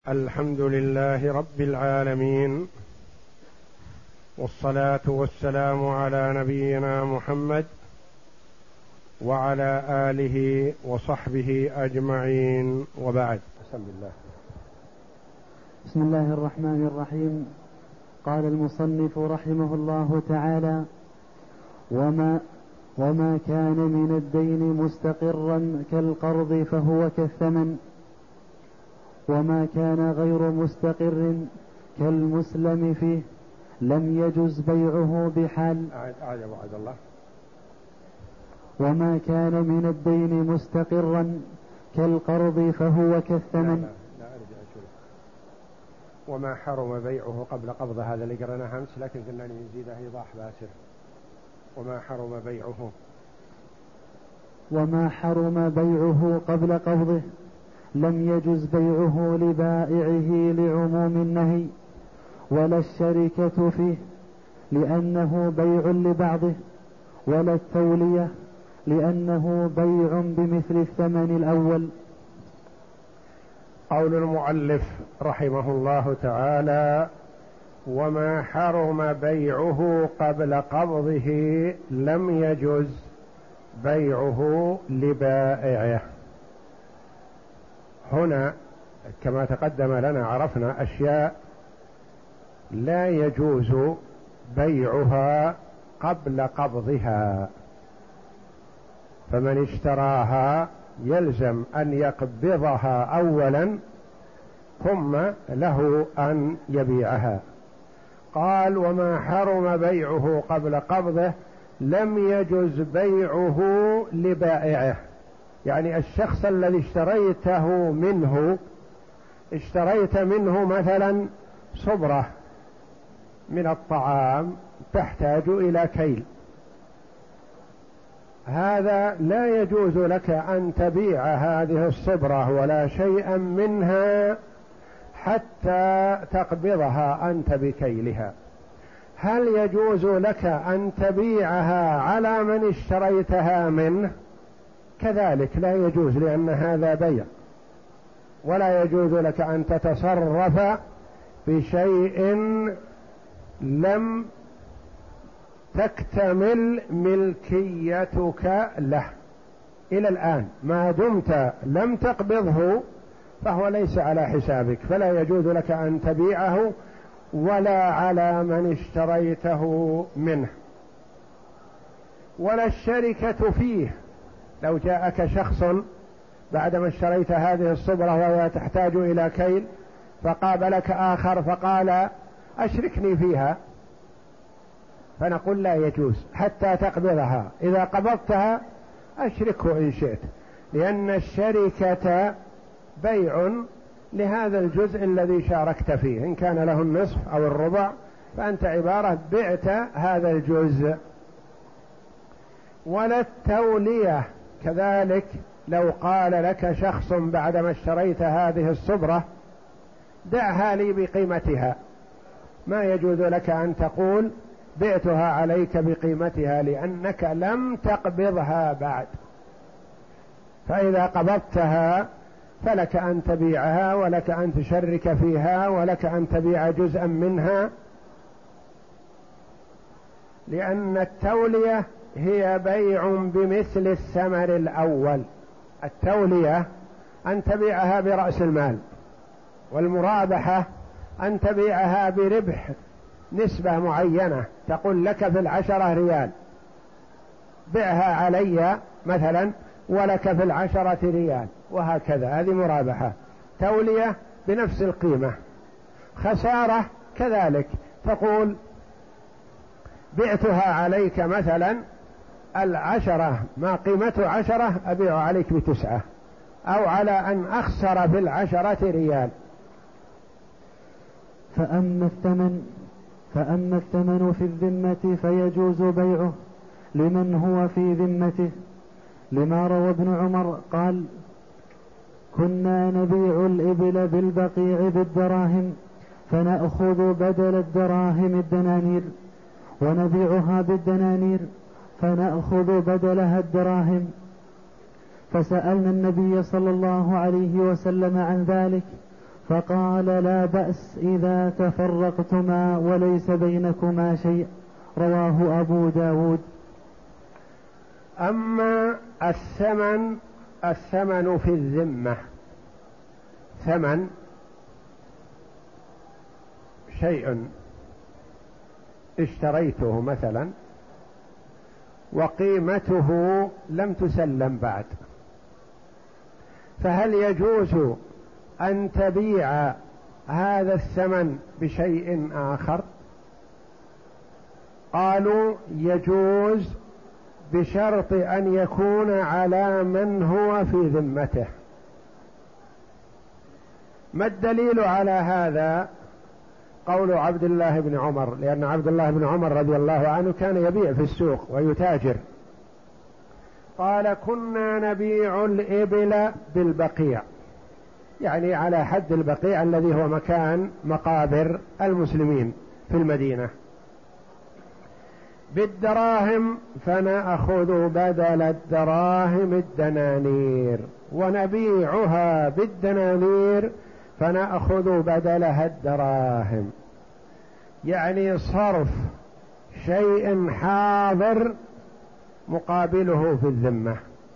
الحمد لله رب العالمين، والصلاة والسلام على نبينا محمد وعلى آله وصحبه أجمعين، وبعد. بسم الله الرحمن الرحيم. قال المصنف رحمه الله تعالى: وما كان من الدين مستقرا كالقرض فهو كالثمن، وما كان غير مستقر كالمسلم فيه لم يجز بيعه بحال. وما كان من الدين مستقرا كالقرض فهو كالثمن. وما حرم بيعه قبل قبض، هذا اللي قرأناه أمس، لكن قلنا نزيده إيضاح باسر. وما حرم بيعه قبل قبضه لم يجز بيعه لبائعه لعموم النهي، ولا الشركة فيه لأنه بيع لبعضه، ولا التولية لأنه بيع بمثل الثمن الأول. قول المؤلف رحمه الله تعالى: وما حرم بيعه قبل قبضه لم يجز بيعه لبائعه. هنا كما تقدم لنا عرفنا أشياء لا يجوز بيعها قبل قبضها، فمن اشتراها يلزم أن يقبضها أولا ثم له أن يبيعها. قال: وما حرم بيعه قبل قبضه لم يجز بيعه لبائعه، يعني الشخص الذي اشتريت منه مثلا صبرة من الطعام تحتاج إلى كيل، هذا لا يجوز لك أن تبيع هذه الصبرة ولا شيئا منها حتى تقبضها أنت بكيلها. هل يجوز لك أن تبيعها على من اشتريتها منه؟ كذلك لا يجوز، لأن هذا بيع، ولا يجوز لك أن تتصرف بشيء لم تكتمل ملكيتك له إلى الآن. ما دمت لم تقبضه فهو ليس على حسابك، فلا يجوز لك أن تبيعه ولا على من اشتريته منه. ولا الشركة فيه، لو جاءك شخص بعدما اشتريت هذه الصبرة وهي تحتاج إلى كيل فقابلك آخر فقال: أشركني فيها، فنقول لا يجوز حتى تقبضها. إذا قبضتها أشركه إن شئت، لأن الشركة بيع لهذا الجزء الذي شاركت فيه، إن كان له النصف أو الربع فأنت عبارة بعت هذا الجزء. ولا التولية كذلك، لو قال لك شخص بعدما اشتريت هذه الصبرة: دعها لي بقيمتها، ما يجوز لك أن تقول بعتها عليك بقيمتها، لأنك لم تقبضها بعد. فإذا قبضتها فلك أن تبيعها، ولك أن تشرك فيها، ولك أن تبيع جزءا منها، لأن التولية هي بيع بمثل الثمن الأول. التولية أن تبيعها برأس المال، والمرابحة أن تبيعها بربح نسبة معينة، تقول لك في 10 ريال، بيعها علي مثلا ولك في 10 ريال، وهكذا. هذه مرابحة. تولية بنفس القيمة. خسارة كذلك، تقول بعتها عليك مثلا 10، ما قيمته 10 أبيع عليك ب9، أو على أن أخسر في 10 ريال. فأما الثمن في الذمة فيجوز بيعه لمن هو في ذمته، لما روى ابن عمر قال: كنا نبيع الإبل بالبقيع بالدراهم، فنأخذ بدل الدراهم الدنانير، ونبيعها بالدنانير فنأخذ بدلها الدراهم. فسألنا النبي صلى الله عليه وسلم عن ذلك، فقال: لا بأس إذا تفرقتما وليس بينكما شيء. رواه أبو داود. أما الثمن في الذمة، ثمن شيء اشتريته مثلا وقيمته لم تسلم بعد، فهل يجوز أن تبيع هذا الثمن بشيء آخر؟ قالوا يجوز بشرط أن يكون على من هو في ذمته. ما الدليل على هذا؟ قول عبد الله بن عمر، لأن عبد الله بن عمر رضي الله عنه كان يبيع في السوق ويتاجر. قال: كنا نبيع الإبل بالبقيع، يعني على حد البقيع الذي هو مكان مقابر المسلمين في المدينة، بالدراهم فنأخذ بدل الدراهم الدنانير، ونبيعها بالدنانير فنأخذ بدلها الدراهم، يعني صرف شيء حاضر مقابله في الذمة.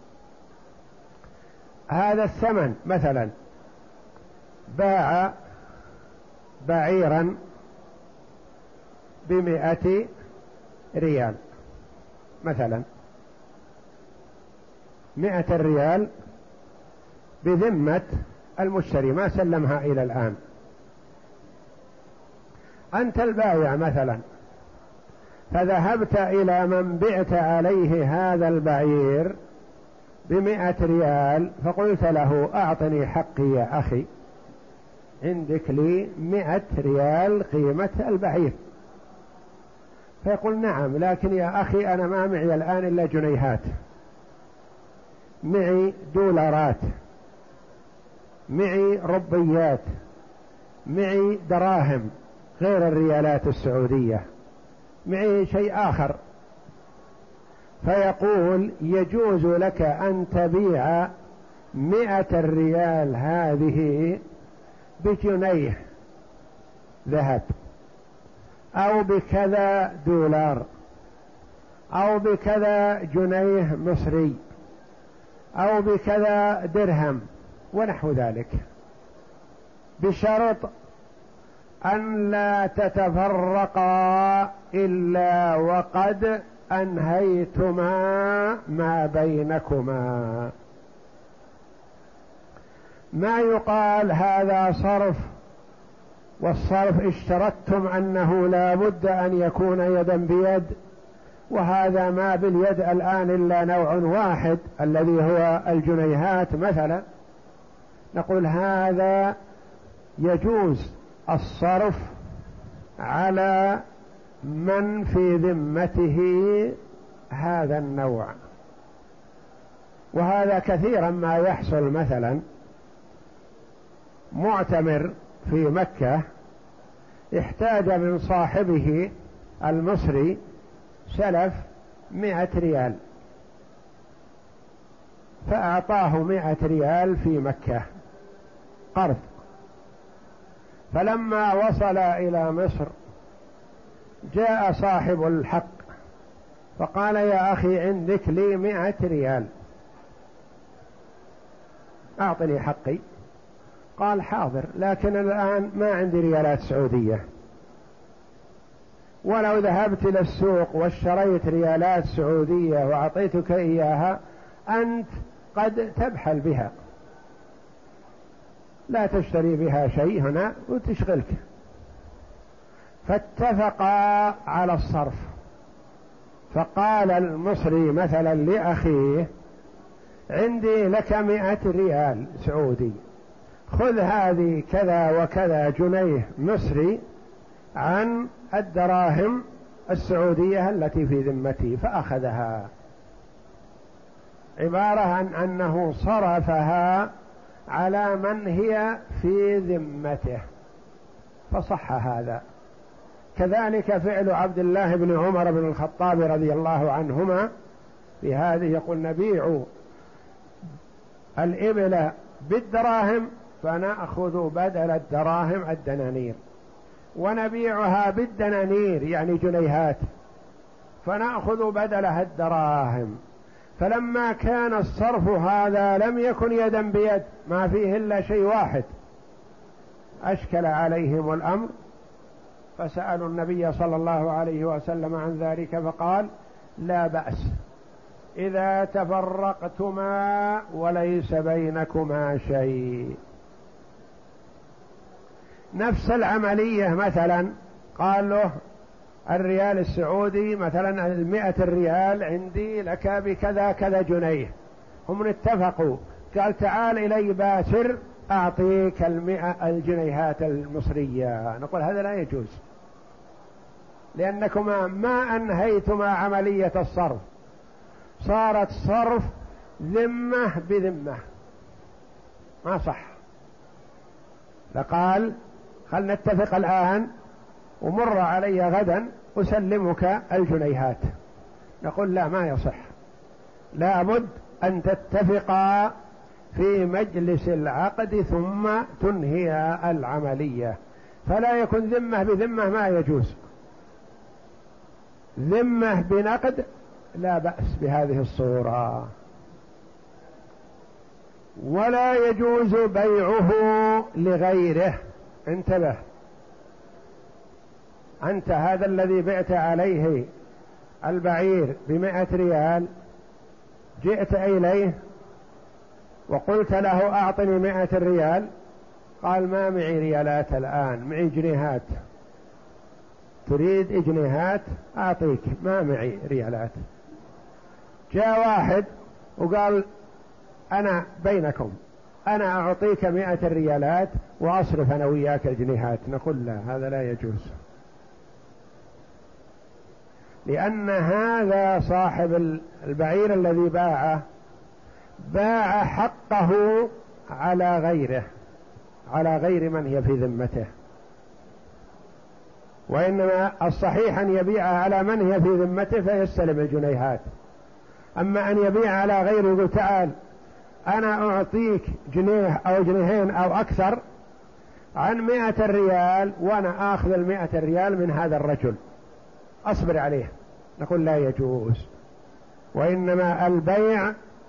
هذا الثمن مثلا باع بعيرا ب100 ريال مثلا، 100 ريال بذمة المشتري، ما سلمها إلى الآن. أنت البائع مثلا، فذهبت إلى من بعت عليه هذا البعير ب100 ريال، فقلت له: أعطني حقي يا أخي، عندك لي 100 ريال قيمة البعير. فيقول: نعم، لكن يا أخي أنا ما معي الآن إلا جنيهات، معي دولارات، معي ربيات، معي دراهم غير الريالات السعودية، معي شيء آخر. فيقول: يجوز لك أن تبيع 100 ريال هذه بجنيه ذهب، أو بكذا دولار، أو بكذا جنيه مصري، أو بكذا درهم ونحو ذلك، بشرط أن لا تتفرقا إلا وقد أنهيتما ما بينكما. ما يقال هذا صرف، والصرف اشترطتم أنه لا بد أن يكون يدا بيد، وهذا ما باليد الآن إلا نوع واحد الذي هو الجنيهات مثلا. نقول هذا يجوز الصرف على من في ذمته هذا النوع. وهذا كثيرا ما يحصل، مثلا معتمر في مكة احتاج من صاحبه المصري سلف 100 ريال، فأعطاه 100 ريال في مكة قرض، فلما وصل إلى مصر جاء صاحب الحق فقال: يا أخي عندك لي 100 ريال، أعطني حقي. قال: حاضر، لكن الآن ما عندي ريالات سعودية، ولو ذهبت إلى السوق واشتريت ريالات سعودية وأعطيتك إياها أنت قد تبحل بها، لا تشتري بها شيء هنا وتشغلك. فاتفقا على الصرف، فقال المصري مثلا لأخيه: عندي لك 100 ريال سعودي، خذ هذه كذا وكذا جنيه مصري عن الدراهم السعودية التي في ذمتي، فأخذها، عبارة عن أنه صرفها على من هي في ذمته، فصح هذا. كذلك فعل عبد الله بن عمر بن الخطاب رضي الله عنهما في هذه، يقول: نبيع الإبل بالدراهم فنأخذ بدل الدراهم الدنانير ونبيعها بالدنانير يعني جنيهات، فنأخذ بدلها الدراهم. فلما كان الصرف هذا لم يكن يدا بيد، ما فيه إلا شيء واحد، أشكل عليهم الأمر فسألوا النبي صلى الله عليه وسلم عن ذلك فقال: لا بأس إذا تفرقتما وليس بينكما شيء. نفس العملية مثلا قال له الريال السعودي مثلا 100 ريال عندي لك بكذا كذا جنيه، هم اتفقوا، قال تعال إلي باشر أعطيك 100 الجنيهات المصرية، نقول هذا لا يجوز، لأنكما ما أنهيتما عملية الصرف، صارت صرف ذمة بذمة، ما صح. فقال خل نتفق الآن ومر علي غدا أسلمك الجنيهات، نقول لا، ما يصح، لا بد أن تتفقا في مجلس العقد ثم تنهي العملية، فلا يكن ذمة بذمة، ما يجوز. ذمة بنقد لا بأس بهذه الصورة. ولا يجوز بيعه لغيره. انتبه، أنت هذا الذي بعت عليه البعير 100 ريال، جئت إليه وقلت له أعطني 100 ريال، قال ما معي ريالات الآن، معي جنيهات، تريد جنيهات؟ أعطيك، ما معي ريالات. جاء واحد وقال أنا بينكم، أنا أعطيك 100 ريالات وأصرف أنا وياك الجنيهات، نقول لا، هذا لا يجوز، لأن هذا صاحب البعير الذي باع حقه على غيره، على غير من هي في ذمته، وإنما الصحيح أن يبيع على من هي في ذمته فيستلم الجنيهات. أما أن يبيع على غيره يقول تعال أنا أعطيك جنيه أو جنيهين أو أكثر عن 100 ريال وأنا آخذ 100 ريال من هذا الرجل، أصبر عليه، نقول لا يجوز. وإنما البيع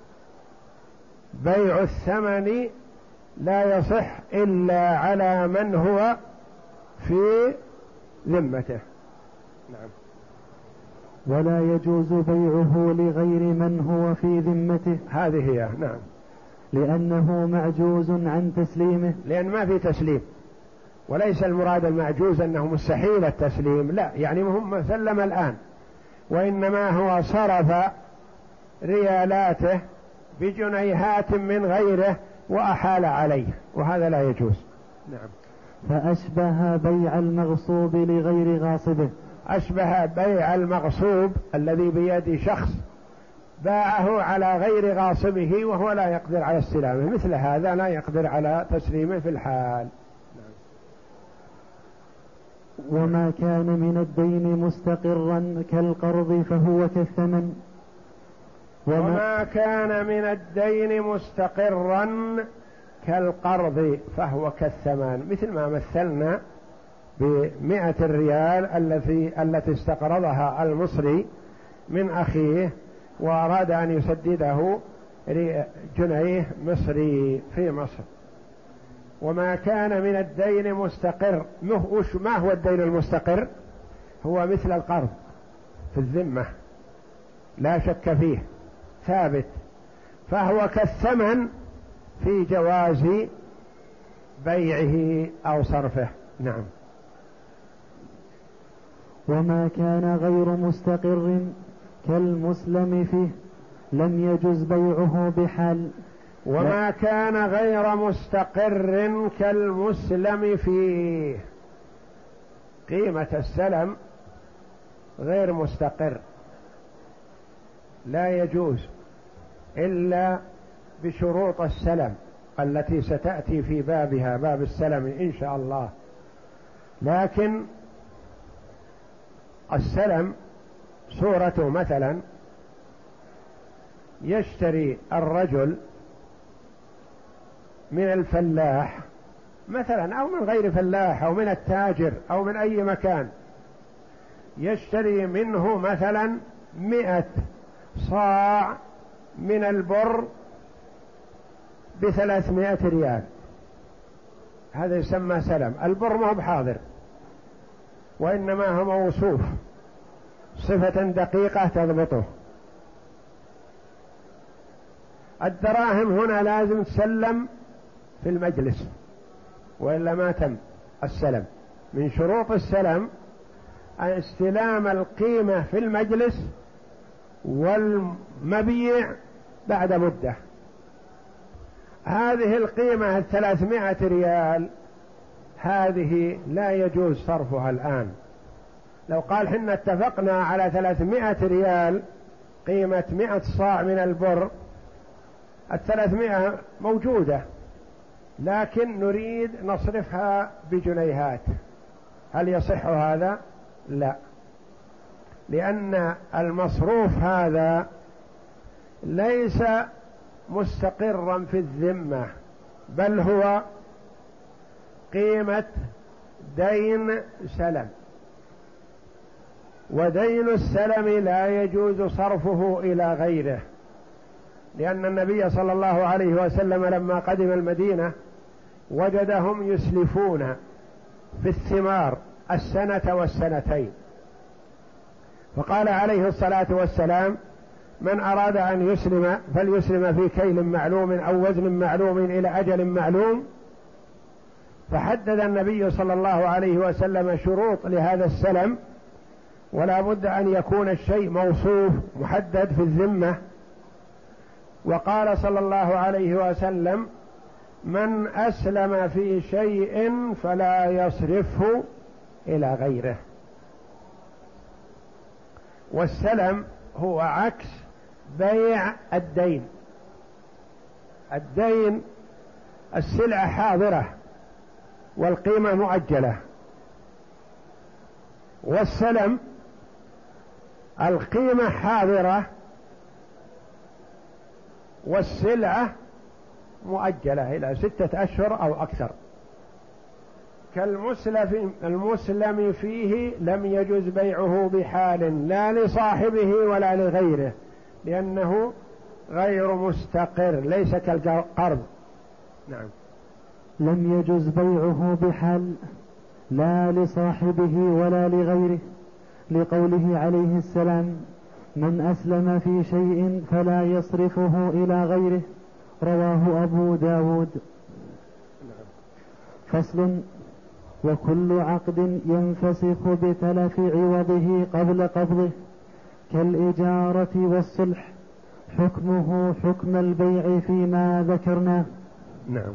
بيع الثمن لا يصح إلا على من هو في ذمته. نعم. ولا يجوز بيعه لغير من هو في ذمته، هذه هي. نعم. لأنه معجوز عن تسليمه، لأن ما في تسليم، وليس المراد المعجوز أنه مستحيل التسليم، لا، يعني هم سلم الآن، وإنما هو صرف ريالاته بجنيهات من غيره وأحال عليه، وهذا لا يجوز. نعم. فأشبه بيع المغصوب لغير غاصبه، أشبه بيع المغصوب الذي بيد شخص باعه على غير غاصبه وهو لا يقدر على استلامه، مثل هذا لا يقدر على تسليمه في الحال. وما كان من الدين مستقرا كالقرض فهو كالثمن. وما كان من الدين مستقرا كالقرض فهو كالثمن، مثل ما مثلنا ب100 ريال التي استقرضها المصري من أخيه وأراد أن يسدده جنيه مصري في مصر. وما كان من الدين مستقر، ما هو الدين المستقر؟ هو مثل القرض في الذمة، لا شك فيه، ثابت، فهو كالثمن في جواز بيعه أو صرفه. نعم. وما كان غير مستقر كالمسلم فيه لم يجز بيعه بحال. وما كان غير مستقر كالمسلم فيه، قيمة السلم غير مستقر، لا يجوز إلا بشروط السلم التي ستأتي في بابها، باب السلم إن شاء الله. لكن السلم صورته مثلا يشتري الرجل من الفلاح مثلا أو من غير فلاح أو من التاجر أو من أي مكان، يشتري منه مثلا 100 صاع من البر ب300 ريال، هذا يسمى سلم. البر ما هو بحاضر وإنما هو موصوف صفة دقيقة تضبطه. الدراهم هنا لازم تسلم في المجلس وإلا ما تم السلم. من شروط السلم استلام القيمة في المجلس والمبيع بعد مدة. هذه القيمة 300 ريال هذه لا يجوز صرفها الآن. لو قال حنا اتفقنا على 300 ريال قيمة 100 صاع من البر، 300 موجودة لكن نريد نصرفها بجنيهات، هل يصح هذا؟ لا، لأن المصروف هذا ليس مستقرا في الذمة، بل هو قيمة دين سلم، ودين السلم لا يجوز صرفه إلى غيره، لأن النبي صلى الله عليه وسلم لما قدم المدينة وجدهم يسلفون في الثمار السنة والسنتين، فقال عليه الصلاة والسلام: من أراد أن يسلم فليسلم في كيل معلوم أو وزن معلوم إلى أجل معلوم. فحدد النبي صلى الله عليه وسلم شروط لهذا السلم، ولا بد أن يكون الشيء موصوف محدد في الذمة. وقال صلى الله عليه وسلم: من أسلم في شيء فلا يصرفه إلى غيره. والسلم هو عكس بيع الدين. الدين السلعة حاضرة والقيمة مؤجلة، والسلم القيمة حاضرة والسلعة مؤجلة إلى 6 أشهر أو أكثر. كالمسلم فيه لم يجوز بيعه بحال، لا لصاحبه ولا لغيره، لأنه غير مستقر، ليس كالقرض. نعم. لم يجوز بيعه بحال لا لصاحبه ولا لغيره، لقوله عليه السلام: من أسلم في شيء فلا يصرفه إلى غيره، رواه أبو داود. فصل: وكل عقد ينفسخ بتلف عوضه قبل قبضه كالإجارة والصلح حكمه حكم البيع فيما ذكرنا. نعم.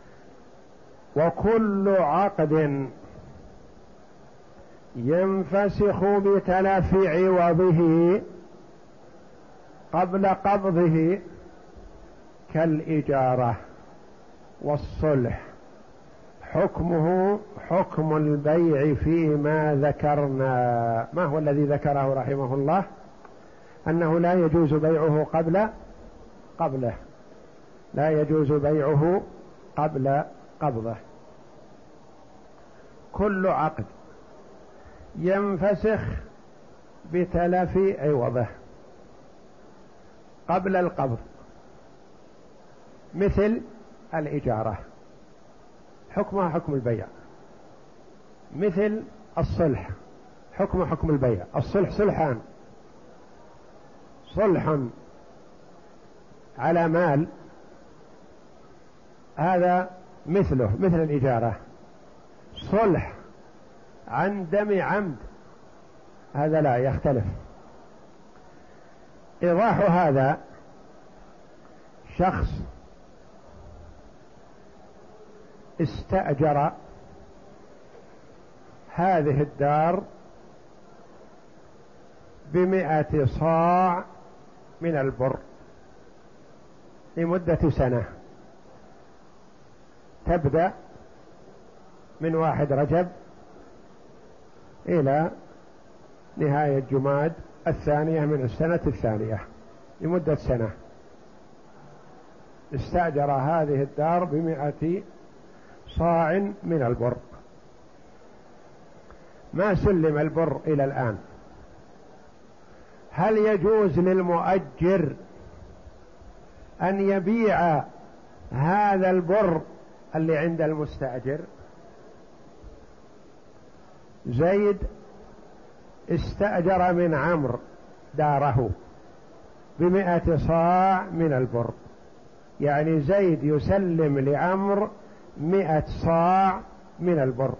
وكل عقد ينفسخ بتلف عوضه قبل قبضه كالإجارة والصلح حكمه حكم البيع فيما ذكرنا. ما هو الذي ذكره رحمه الله؟ أنه لا يجوز بيعه قبله، لا يجوز بيعه قبل قبضه. كل عقد ينفسخ بتلف عوضه قبل القبض، مثل الإجارة حكمها حكم البيع، مثل الصلح حكمه حكم البيع. الصلح صلحان: صلح على مال، هذا مثله مثل الإجارة. صلح عن دم عمد هذا لا، يختلف. إيضاح هذا: شخص استأجر هذه الدار ب100 صاع من البر لمدة سنة، تبدأ من 1 رجب إلى نهاية جماد الثانية من السنة الثانية لمدة سنة. استأجر هذه الدار ب100 صاع من البر، ما سلم البر إلى الآن، هل يجوز للمؤجر أن يبيع هذا البر اللي عند المستأجر؟ زيد استأجر من عمرو داره ب100 صاع من البر، يعني زيد يسلم لعمرو 100 صاع من البر.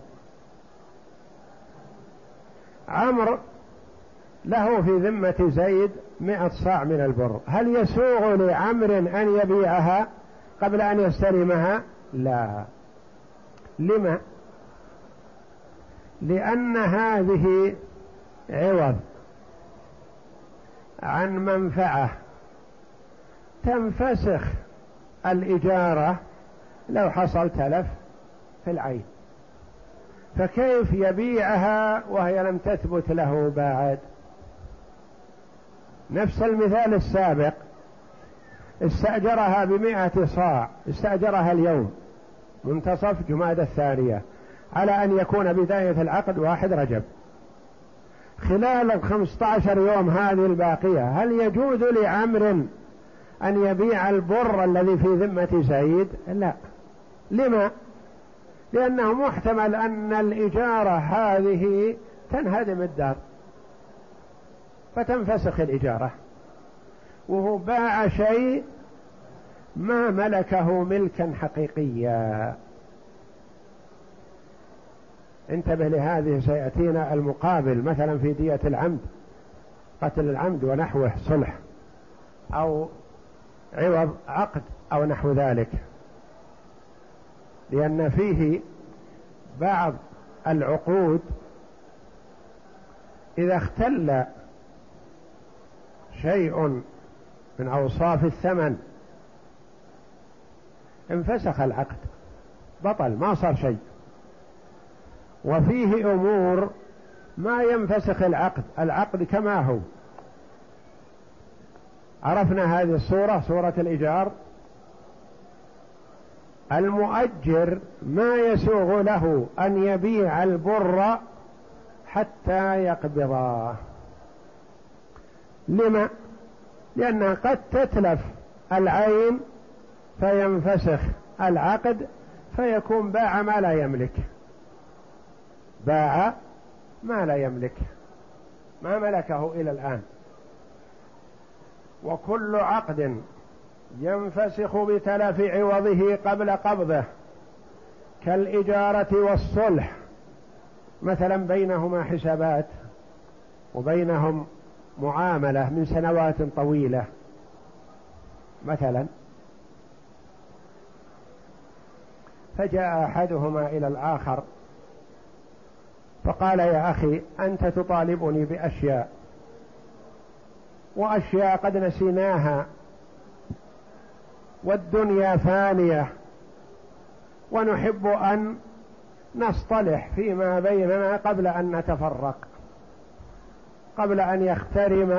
عمرو له في ذمة زيد 100 صاع من البر، هل يسوغ لعمرو أن يبيعها قبل أن يستلمها؟ لا. لما؟ لأن هذه عوض عن منفعة، تنفسخ الإجارة لو حصل تلف في العين، فكيف يبيعها وهي لم تثبت له بعد؟ نفس المثال السابق، استأجرها ب100 صاع، استأجرها اليوم منتصف جمادى الثانية على أن يكون بداية العقد 1 رجب. خلال 15 يوم هذه الباقية هل يجوز لعمرو أن يبيع البر الذي في ذمة زيد؟ لا. لما؟ لأنه محتمل أن الإجارة هذه تنهدم الدار فتنفسخ الإجارة، وهو باع شيء ما ملكه ملكا حقيقيا. انتبه لهذه، سيأتينا المقابل مثلا في دية العمد، قتل العمد ونحوه، صلح أو عوض عقد أو نحو ذلك، لأن فيه بعض العقود إذا اختل شيء من أوصاف الثمن انفسخ العقد، بطل، ما صار شيء. وفيه أمور ما ينفسخ العقد كما هو. عرفنا هذه الصورة، صورة الإيجار. المؤجر ما يسوغ له أن يبيع البر حتى يقبضه. لما؟ لأنها قد تتلف العين فينفسخ العقد فيكون باع ما لا يملك، باع ما لا يملك، ما ملكه إلى الآن. وكل عقد ينفسخ بتلف عوضه قبل قبضه كالإجارة والصلح، مثلا بينهما حسابات وبينهم معاملة من سنوات طويلة مثلا، فجاء أحدهما إلى الآخر فقال: يا أخي أنت تطالبني بأشياء وأشياء قد نسيناها، والدنيا فانية، ونحب أن نصطلح فيما بيننا قبل أن نتفرق، قبل أن يخترم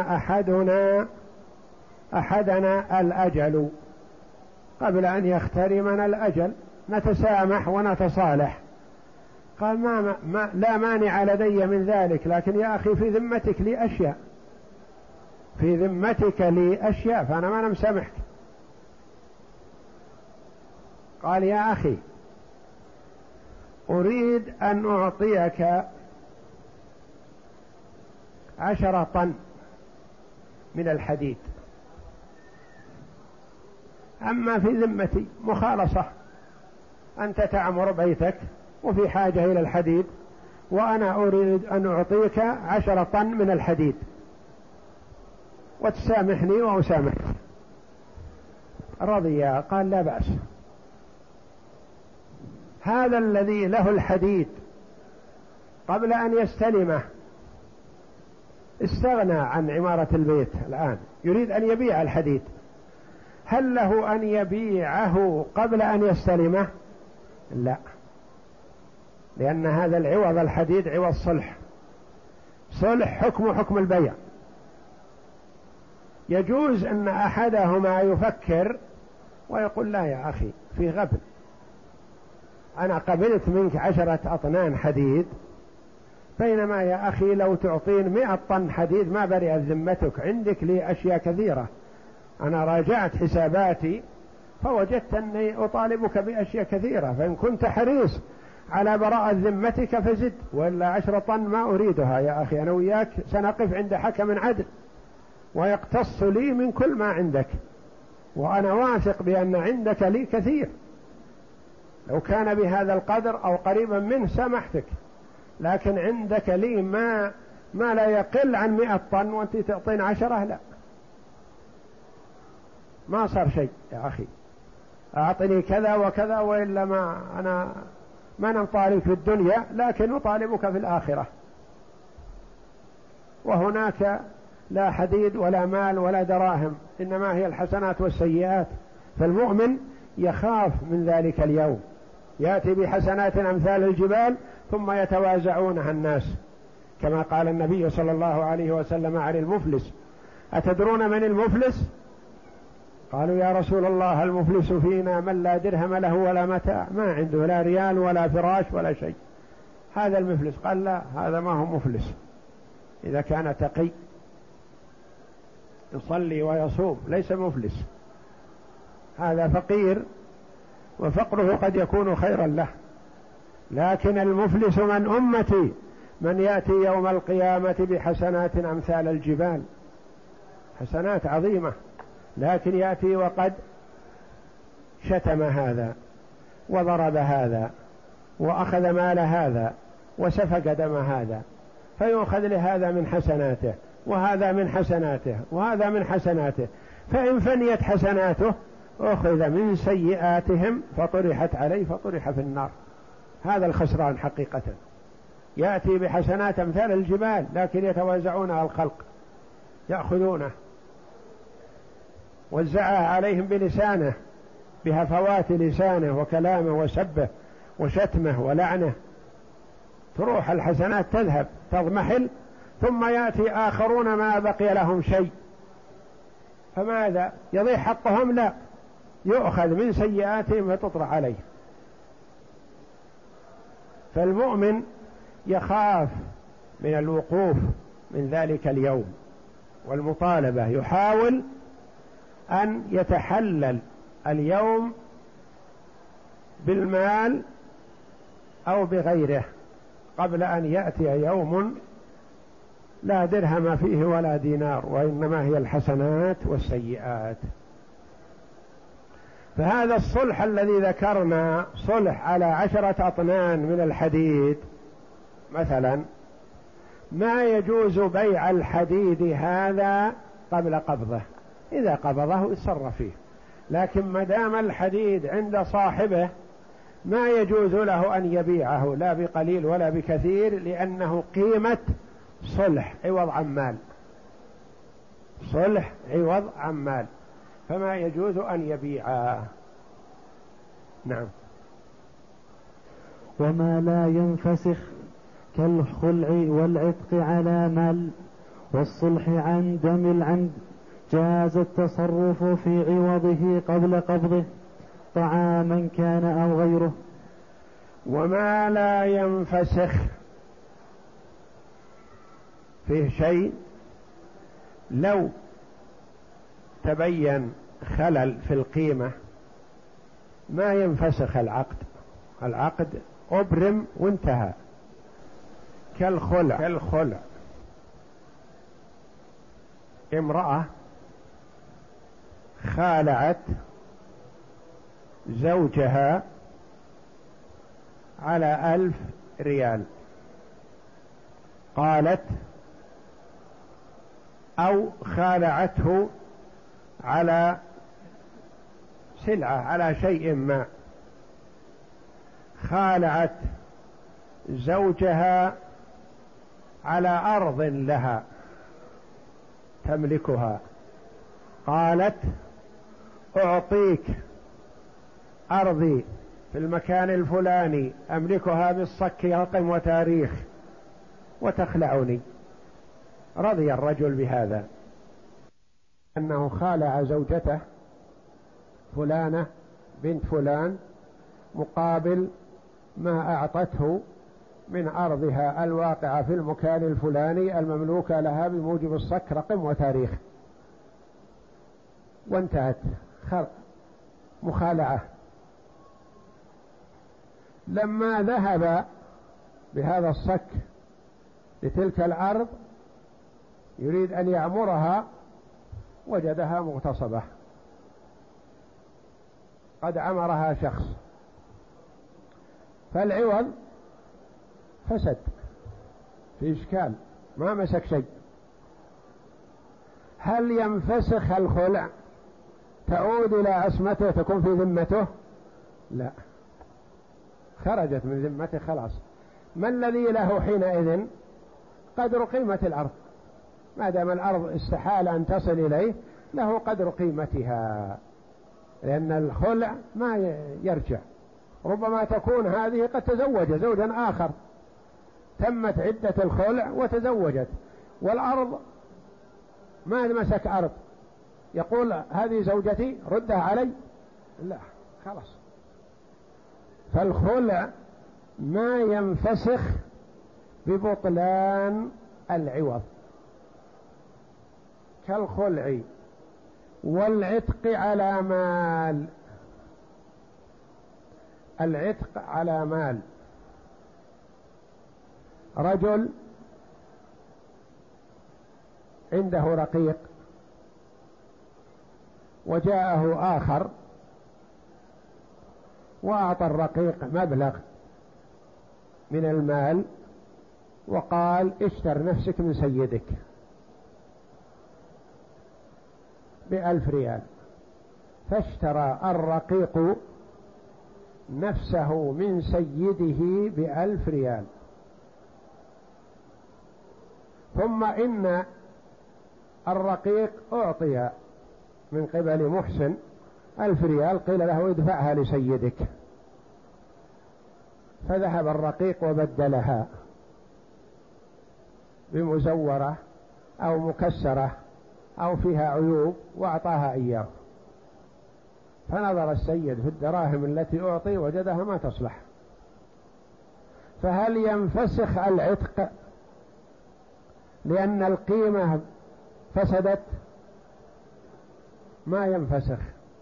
أحدنا الأجل، قبل أن يخترمنا الأجل نتسامح ونتصالح. قال: لا مانع لدي من ذلك، لكن يا أخي في ذمتك لي أشياء، في ذمتك لي أشياء، فأنا ما مسامحك. قال: يا أخي أريد أن أعطيك 10 طن من الحديد، أما في ذمتي مخالصة، أنت تعمر بيتك وفي حاجة إلى الحديد، وأنا أريد أن أعطيك 10 طن من الحديد وتسامحني وأسامحك. رضي. قال: لا بأس. هذا الذي له الحديد قبل أن يستلمه استغنى عن عمارة البيت، الآن يريد أن يبيع الحديد، هل له أن يبيعه قبل أن يستلمه؟ لا، لأن هذا العوض الحديد عوض صلح، صلح حكم البيع. يجوز أن أحدهما يفكر ويقول لا يا أخي في غبن، أنا قبلت منك 10 أطنان حديد، بينما يا أخي لو تعطين 100 طن حديد ما برئت ذمتك، عندك لي أشياء كثيرة، أنا راجعت حساباتي فوجدت أني أطالبك بأشياء كثيرة، فإن كنت حريص على براءة ذمتك فزد، وإلا 10 طن ما أريدها يا أخي، أنا وياك سنقف عند حكم عدل ويقتص لي من كل ما عندك، وأنا واثق بأن عندك لي كثير، لو كان بهذا القدر أو قريبا منه سامحتك، لكن عندك لي ما لا يقل عن 100 طن وأنت تعطين 10، لا ما صار شيء يا أخي، أعطني كذا وكذا، وإلا ما نطالب في الدنيا لكن نطالبك في الآخرة، وهناك لا حديد ولا مال ولا دراهم، إنما هي الحسنات والسيئات، فالمؤمن يخاف من ذلك اليوم، يأتي بحسنات أمثال الجبال ثم يتوازعونها الناس، كما قال النبي صلى الله عليه وسلم عن المفلس: أتدرون من المفلس؟ قالوا يا رسول الله المفلس فينا من لا درهم له ولا متاع، ما عنده لا ريال ولا فراش ولا شيء، هذا المفلس. قال لا، هذا ما هو مفلس، إذا كان تقي يصلي ويصوم ليس مفلس، هذا فقير وفقره قد يكون خيرا له، لكن المفلس من أمتي من يأتي يوم القيامة بحسنات أمثال الجبال، حسنات عظيمة، لكن يأتي وقد شتم هذا وضرب هذا وأخذ مال هذا وسفك دم هذا، فيؤخذ لهذا من حسناته وهذا من حسناته وهذا من حسناته، فإن فنيت حسناته أخذ من سيئاتهم فطرحت عليه فطرح في النار. هذا الخسران حقيقة، يأتي بحسنات أمثال الجبال لكن يتوازعونها الخلق، يأخذونه، وزعها عليهم بلسانه، بهفوات لسانه وكلامه وسبه وشتمه ولعنه، تروح الحسنات تذهب تضمحل، ثم يأتي آخرون ما بقي لهم شيء، فماذا يضيع حقهم؟ لا، يؤخذ من سيئاتهم فتطرح عليه. فالمؤمن يخاف من الوقوف من ذلك اليوم والمطالبة، يحاول أن يتحلل اليوم بالمال أو بغيره قبل أن يأتي يوم لا درهم فيه ولا دينار، وإنما هي الحسنات والسيئات. فهذا الصلح الذي ذكرنا، صلح على 10 أطنان من الحديد مثلا، ما يجوز بيع الحديد هذا قبل قبضه، إذا قبضه يتصرف فيه، لكن ما دام الحديد عند صاحبه ما يجوز له أن يبيعه لا بقليل ولا بكثير، لأنه قيمة صلح عوض عن مال، صلح عوض عن مال، فما يجوز أن يبيعه. نعم. وما لا ينفسخ كالخلع والعتق على مال والصلح عن دم العمد جاز التصرف في عوضه قبل قبضه طعاما كان أو غيره. وما لا ينفسخ فيه شيء، لو تبين خلل في القيمة ما ينفسخ العقد أبرم وانتهى، كالخلع امرأة خالعت زوجها على 1000 ريال، قالت، أو خالعته على سلعة على شيء ما، خالعت زوجها على أرض لها تملكها، قالت أعطيك أرضي في المكان الفلاني أملكها بالصك رقم وتاريخ وتخلعني. رضي الرجل بهذا، أنه خالع زوجته فلانة بنت فلان مقابل ما أعطته من أرضها الواقعة في المكان الفلاني المملوكة لها بموجب الصك رقم وتاريخ، وانتهت مخالعة. لما ذهب بهذا الصك لتلك الأرض يريد أن يعمرها وجدها مغتصبة، قد عمرها شخص، فالعوض فسد، في إشكال، ما مسك شيء. هل ينفسخ الخلع تعود إلى عصمته تكون في ذمته؟ لا، خرجت من ذمته خلاص. ما الذي له حينئذ؟ قدر قيمة الأرض، ما دام الأرض استحال أن تصل إليه له قدر قيمتها، لأن الخلع ما يرجع. ربما تكون هذه قد تزوج زوجا آخر، تمت عدة الخلع وتزوجت، والأرض ما مسك أرض يقول هذه زوجتي ردها علي، لا خلاص. فالخلع ما ينفسخ ببطلان العوض، كالخلع والعتق على مال. العتق على مال، رجل عنده رقيق وجاءه آخر وأعطى الرقيق مبلغ من المال وقال اشتر نفسك من سيدك ب1,000 ريال، فاشترى الرقيق نفسه من سيده ب1,000 ريال، ثم إن الرقيق أعطي من قبل محسن 1,000 ريال، قيل له ادفعها لسيدك، فذهب الرقيق وبدلها بمزورة أو مكسرة أو فيها عيوب وأعطاها إياه، فنظر السيد في الدراهم التي أعطي وجدها ما تصلح. فهل ينفسخ العتق لأن القيمة فسدت؟ ما ينفسخ،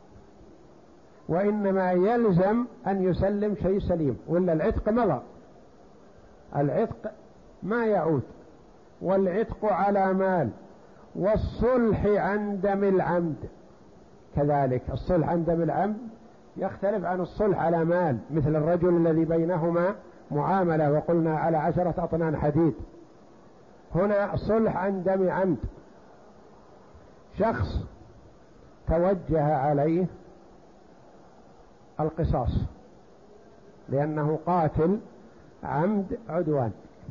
وإنما يلزم أن يسلم شيء سليم، ولا العتق مضى، العتق ما يعود. والعتق على مال، والصلح عن دم العمد كذلك. الصلح عن دم العمد يختلف عن الصلح على مال، مثل الرجل الذي بينهما معاملة وقلنا على 10 أطنان حديد، هنا صلح عن دم عمد، شخص توجه عليه القصاص لأنه قاتل عمد عدوان،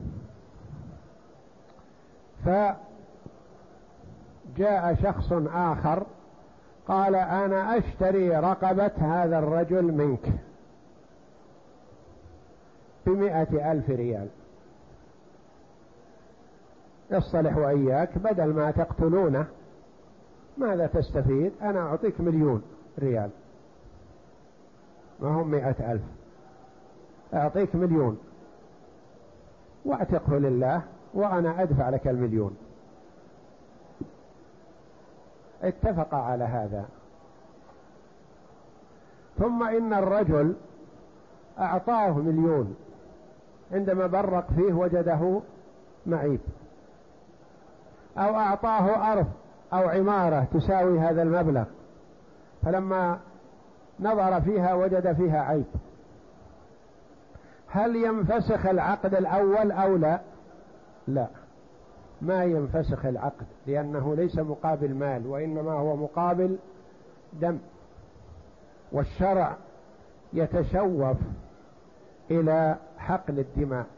فجاء شخص آخر قال أنا أشتري رقبة هذا الرجل منك ب100,000 ريال، يصطلح وإياك بدل ما تقتلونه ماذا تستفيد؟ أنا أعطيك 1,000,000 ريال، ما هم 100,000، أعطيك 1,000,000 واعتقه لله وأنا أدفع لك 1,000,000. اتفق على هذا. ثم إن الرجل أعطاه 1,000,000، عندما برق فيه وجده معيب، أو أعطاه أرض أو عمارة تساوي هذا المبلغ، فلما نظر فيها وجد فيها عيب. هل ينفسخ العقد الأول أو لا؟ لا، ما ينفسخ العقد، لأنه ليس مقابل مال، وإنما هو مقابل دم، والشرع يتشوف إلى حقن الدماء،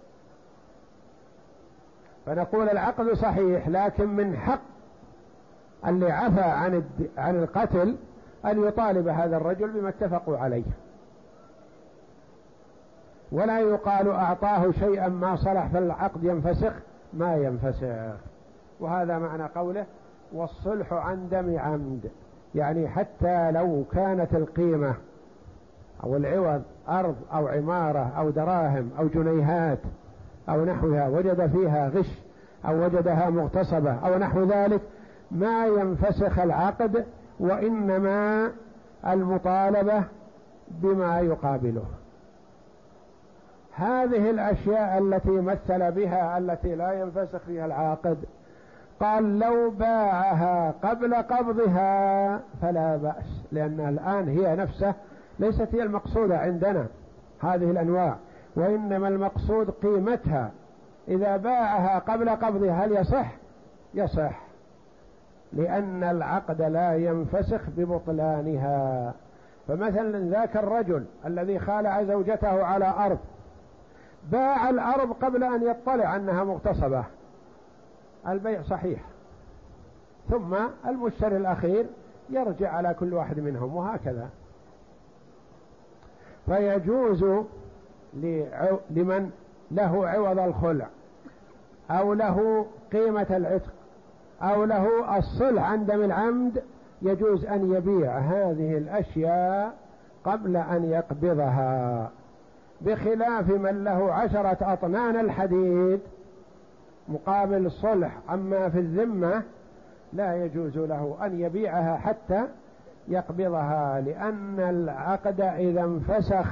فنقول العقد صحيح، لكن من حق اللي عفى عن القتل أن يطالب هذا الرجل بما اتفقوا عليه، ولا يقال أعطاه شيئا ما صلح فالعقد ينفسخ، ما ينفسخ. وهذا معنى قوله والصلح عن دم عمد، يعني حتى لو كانت القيمة أو العوض أرض أو عمارة أو دراهم أو جنيهات أو نحوها، وجد فيها غش أو وجدها مغتصبة أو نحو ذلك، ما ينفسخ العقد، وإنما المطالبة بما يقابله. هذه الأشياء التي مثل بها التي لا ينفسخ فيها العقد، قال لو باعها قبل قبضها فلا بأس، لأن الآن هي نفسه ليست هي المقصودة عندنا هذه الأنواع، وإنما المقصود قيمتها. إذا باعها قبل قبضها هل يصح؟ يصح، لأن العقد لا ينفسخ ببطلانها. فمثلا ذاك الرجل الذي خالع زوجته على أرض باع الأرض قبل أن يطلع أنها مغتصبة، البيع صحيح، ثم المشتري الأخير يرجع على كل واحد منهم، وهكذا. فيجوز لمن له عوض الخلع أو له قيمة العتق أو له الصلح عن دم العمد، يجوز أن يبيع هذه الأشياء قبل أن يقبضها، بخلاف من له 10 أطنان الحديد مقابل صلح عما في الذمة، لا يجوز له أن يبيعها حتى يقبضها، لأن العقد إذا انفسخ،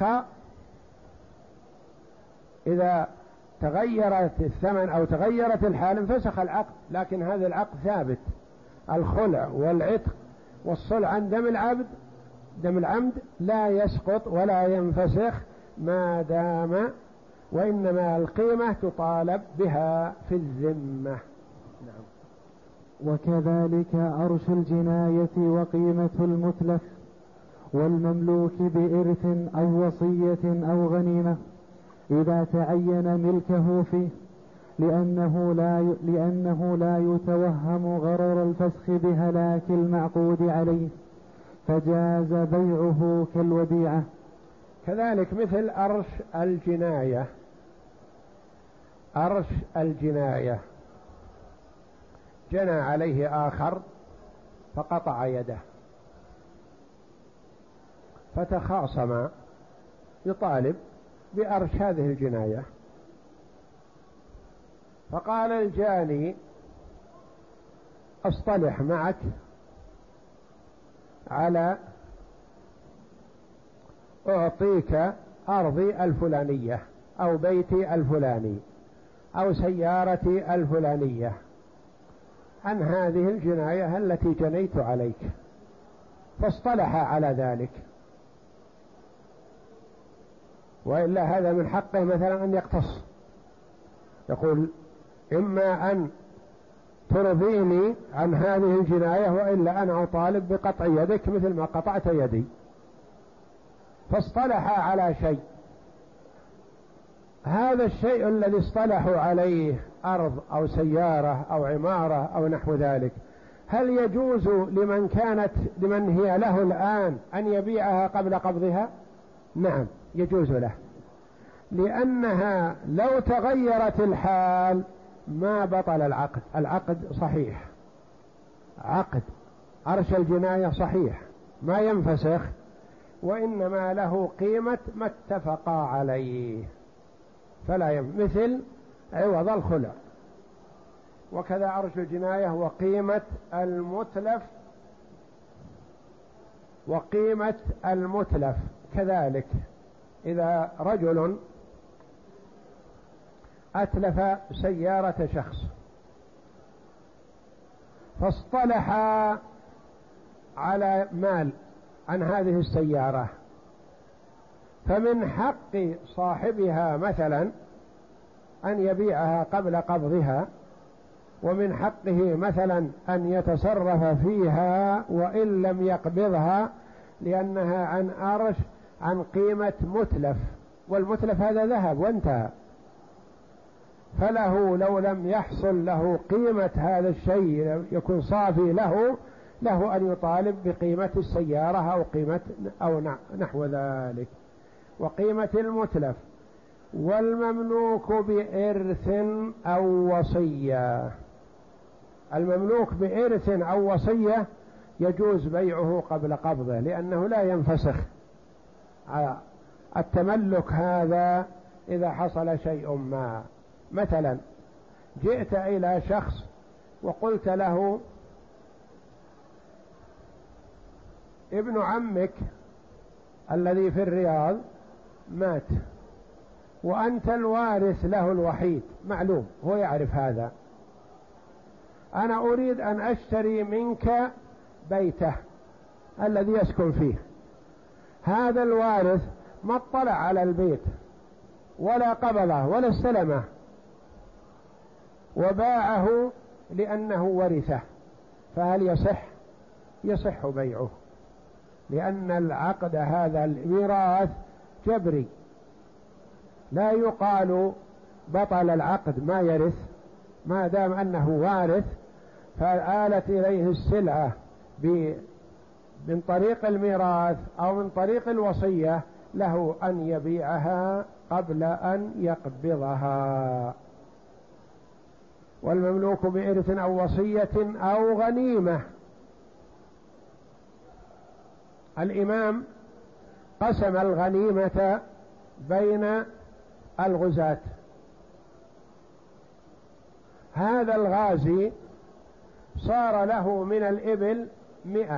إذا تغيرت الثمن أو تغيرت الحال انفسخ العقد، لكن هذا العقد ثابت. الخلع والعتق والصلح عن دم العمد لا يسقط ولا ينفسخ ما دام، وإنما القيمة تطالب بها في الذمة. نعم. وكذلك أرش الجناية وقيمة المتلف والمملوك بإرث أو وصية أو غنيمة إذا تعين ملكه فيه، لأنه لا يتوهم غرر الفسخ بهلاك المعقود عليه، فجاز بيعه كالوديعة. كذلك مثل أرش الجناية. أرش الجناية جنى عليه آخر فقطع يده، فتخاصم يطالب بأرش هذه الجناية، فقال الجاني أصطلح معك على أعطيك أرضي الفلانية أو بيتي الفلاني أو سيارتي الفلانية عن هذه الجناية التي جنيت عليك، فاصطلح على ذلك. وإلا هذا من حقه مثلا أن يقتص، يقول إما أن ترضيني عن هذه الجناية وإلا أنا أطالب بقطع يدك مثل ما قطعت يدي. فاصطلح على شيء، هذا الشيء الذي اصطلحوا عليه أرض أو سيارة أو عمارة أو نحو ذلك، هل يجوز لمن هي له الآن أن يبيعها قبل قبضها؟ نعم يجوز له، لأنها لو تغيرت الحال ما بطل العقد. العقد صحيح، عقد أرش الجناية صحيح ما ينفسخ، وإنما له قيمة ما اتفقا عليه فلا مثل عوض الخلع. وكذا أرش الجناية وقيمة المتلف كذلك. إذا رجل أتلف سيارة شخص فاصطلح على مال عن هذه السيارة، فمن حق صاحبها مثلا أن يبيعها قبل قبضها، ومن حقه مثلا أن يتصرف فيها وإن لم يقبضها، لأنها عن أرش عن قيمة متلف، والمتلف هذا ذهب وانتهى، فله لو لم يحصل له قيمة هذا الشيء يكون صافي له أن يطالب بقيمة السيارة أو قيمة أو نحو ذلك. وقيمة المتلف والمملوك بإرث أو وصية. المملوك بإرث أو وصية يجوز بيعه قبل قبضه لأنه لا ينفسخ التملك هذا إذا حصل شيء ما. مثلا جئت إلى شخص وقلت له ابن عمك الذي في الرياض مات وأنت الوارث له الوحيد، معلوم هو يعرف هذا، أنا أريد أن أشتري منك بيته الذي يسكن فيه. هذا الوارث ما اطلع على البيت ولا قبضه ولا استلمه وباعه لأنه ورثه، فهل يصح؟ يصح بيعه، لأن العقد هذا الميراث جبري، لا يقال بطل العقد ما يرث، ما دام أنه وارث فآلت إليه السلعة من طريق الميراث أو من طريق الوصية له أن يبيعها قبل أن يقبضها. والمملوك بإرث أو وصية أو غنيمة. الإمام قسم الغنيمة بين الغزاة، هذا الغازي صار له من الإبل 100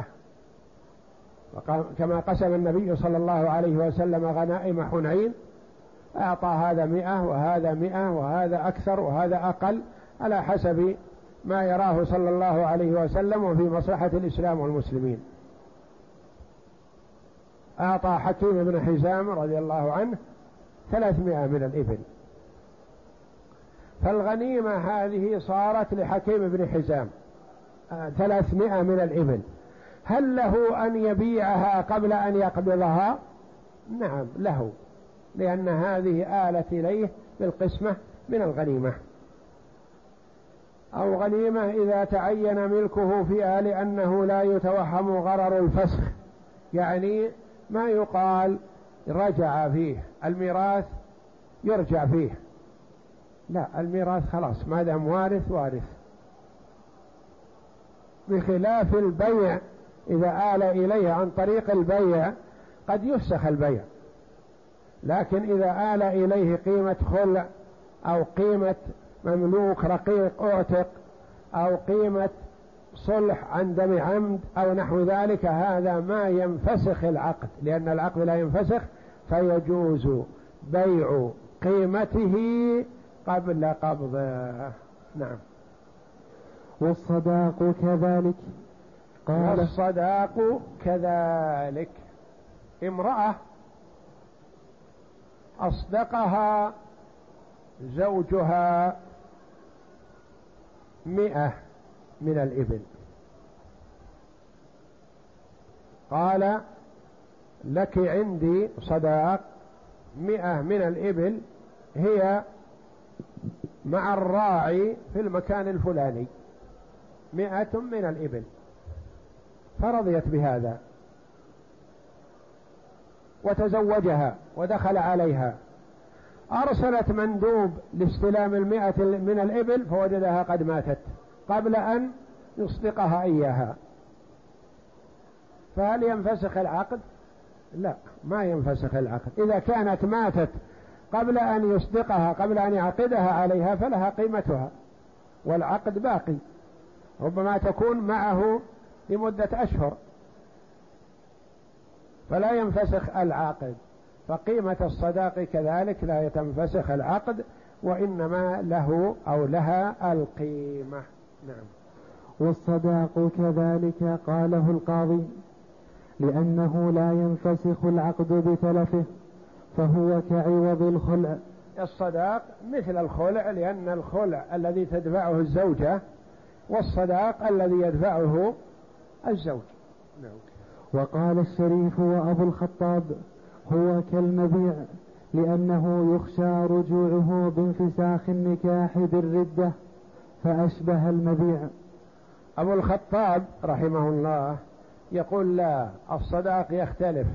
كما قسم النبي صلى الله عليه وسلم غنائم حنين، أعطى هذا 100 وهذا 100 وهذا أكثر وهذا أقل على حسب ما يراه صلى الله عليه وسلم وفي مصلحة الإسلام والمسلمين. أعطى حكيم بن حزام رضي الله عنه 300 من الإبل، فالغنيمة هذه صارت لحكيم بن حزام 300 من الإبل. هل له أن يبيعها قبل أن يقبضها؟ نعم له، لأن هذه آلت إليه بالقسمة من الغنيمة. أو غنيمة إذا تعين ملكه فيها لأنه لا يتوهم غرر الفسخ، يعني ما يقال رجع فيه الميراث يرجع فيه، لا، الميراث خلاص ما دام وارث وارث. بخلاف البيع إذا آل إليه عن طريق البيع قد يفسخ البيع، لكن إذا آل إليه قيمة خلع أو قيمة مملوك رقيق أعتق أو قيمة صلح عن دم عمد أو نحو ذلك، هذا ما ينفسخ العقد، لأن العقد لا ينفسخ، فيجوز بيع قيمته قبل قبضه. نعم. والصداق كذلك. قال الصداق كذلك، امرأة أصدقها زوجها 100 من الإبل، قال لك عندي صداق 100 من الإبل، هي مع الراعي في المكان الفلاني 100 من الإبل، فرضيت بهذا وتزوجها ودخل عليها، أرسلت مندوب لاستلام 100 من الإبل فوجدها قد ماتت قبل أن يصدقها إياها، فهل ينفسخ العقد؟ لا، ما ينفسخ العقد. إذا كانت ماتت قبل أن يصدقها قبل أن يعقدها عليها فلها قيمتها والعقد باقي، ربما تكون معه لمدة أشهر فلا ينفسخ العقد. فقيمة الصداق كذلك لا يتنفسخ العقد، وإنما له أو لها القيمة. نعم. والصداق كذلك قاله القاضي لأنه لا ينفسخ العقد بتلفه، فهو كعوض الخلع. الصداق مثل الخلع، لأن الخلع الذي تدفعه الزوجة والصداق الذي يدفعه الزوج. نعم. وقال الشريف وأبو الخطاب هو كالمبيع لأنه يخشى رجوعه بانفساخ النكاح بالردة فأشبه المبيع. أبو الخطاب رحمه الله يقول لا، الصداق يختلف.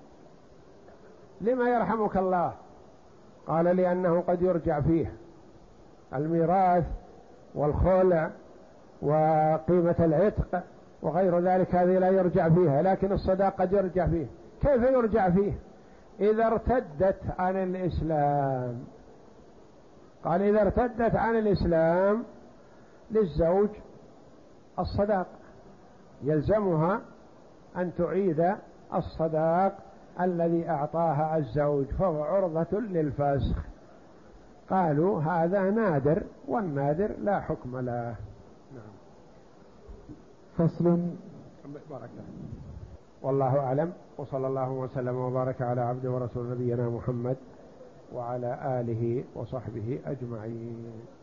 لما يرحمك الله؟ قال لأنه قد يرجع فيه الميراث والخلع وقيمة العتق وغير ذلك هذه لا يرجع فيها، لكن الصداق قد يرجع فيه. كيف يرجع فيه؟ إذا ارتدت عن الإسلام. قال إذا ارتدت عن الإسلام للزوج الصداق، يلزمها أن تعيد الصداق الذي أعطاها الزوج، فهو عرضة للفسخ. قالوا هذا نادر، والنادر لا حكم له. نعم. فصل. بارك الله. والله أعلم، وصلى الله وسلم وبارك على عبده ورسول نبينا محمد وعلى آله وصحبه أجمعين.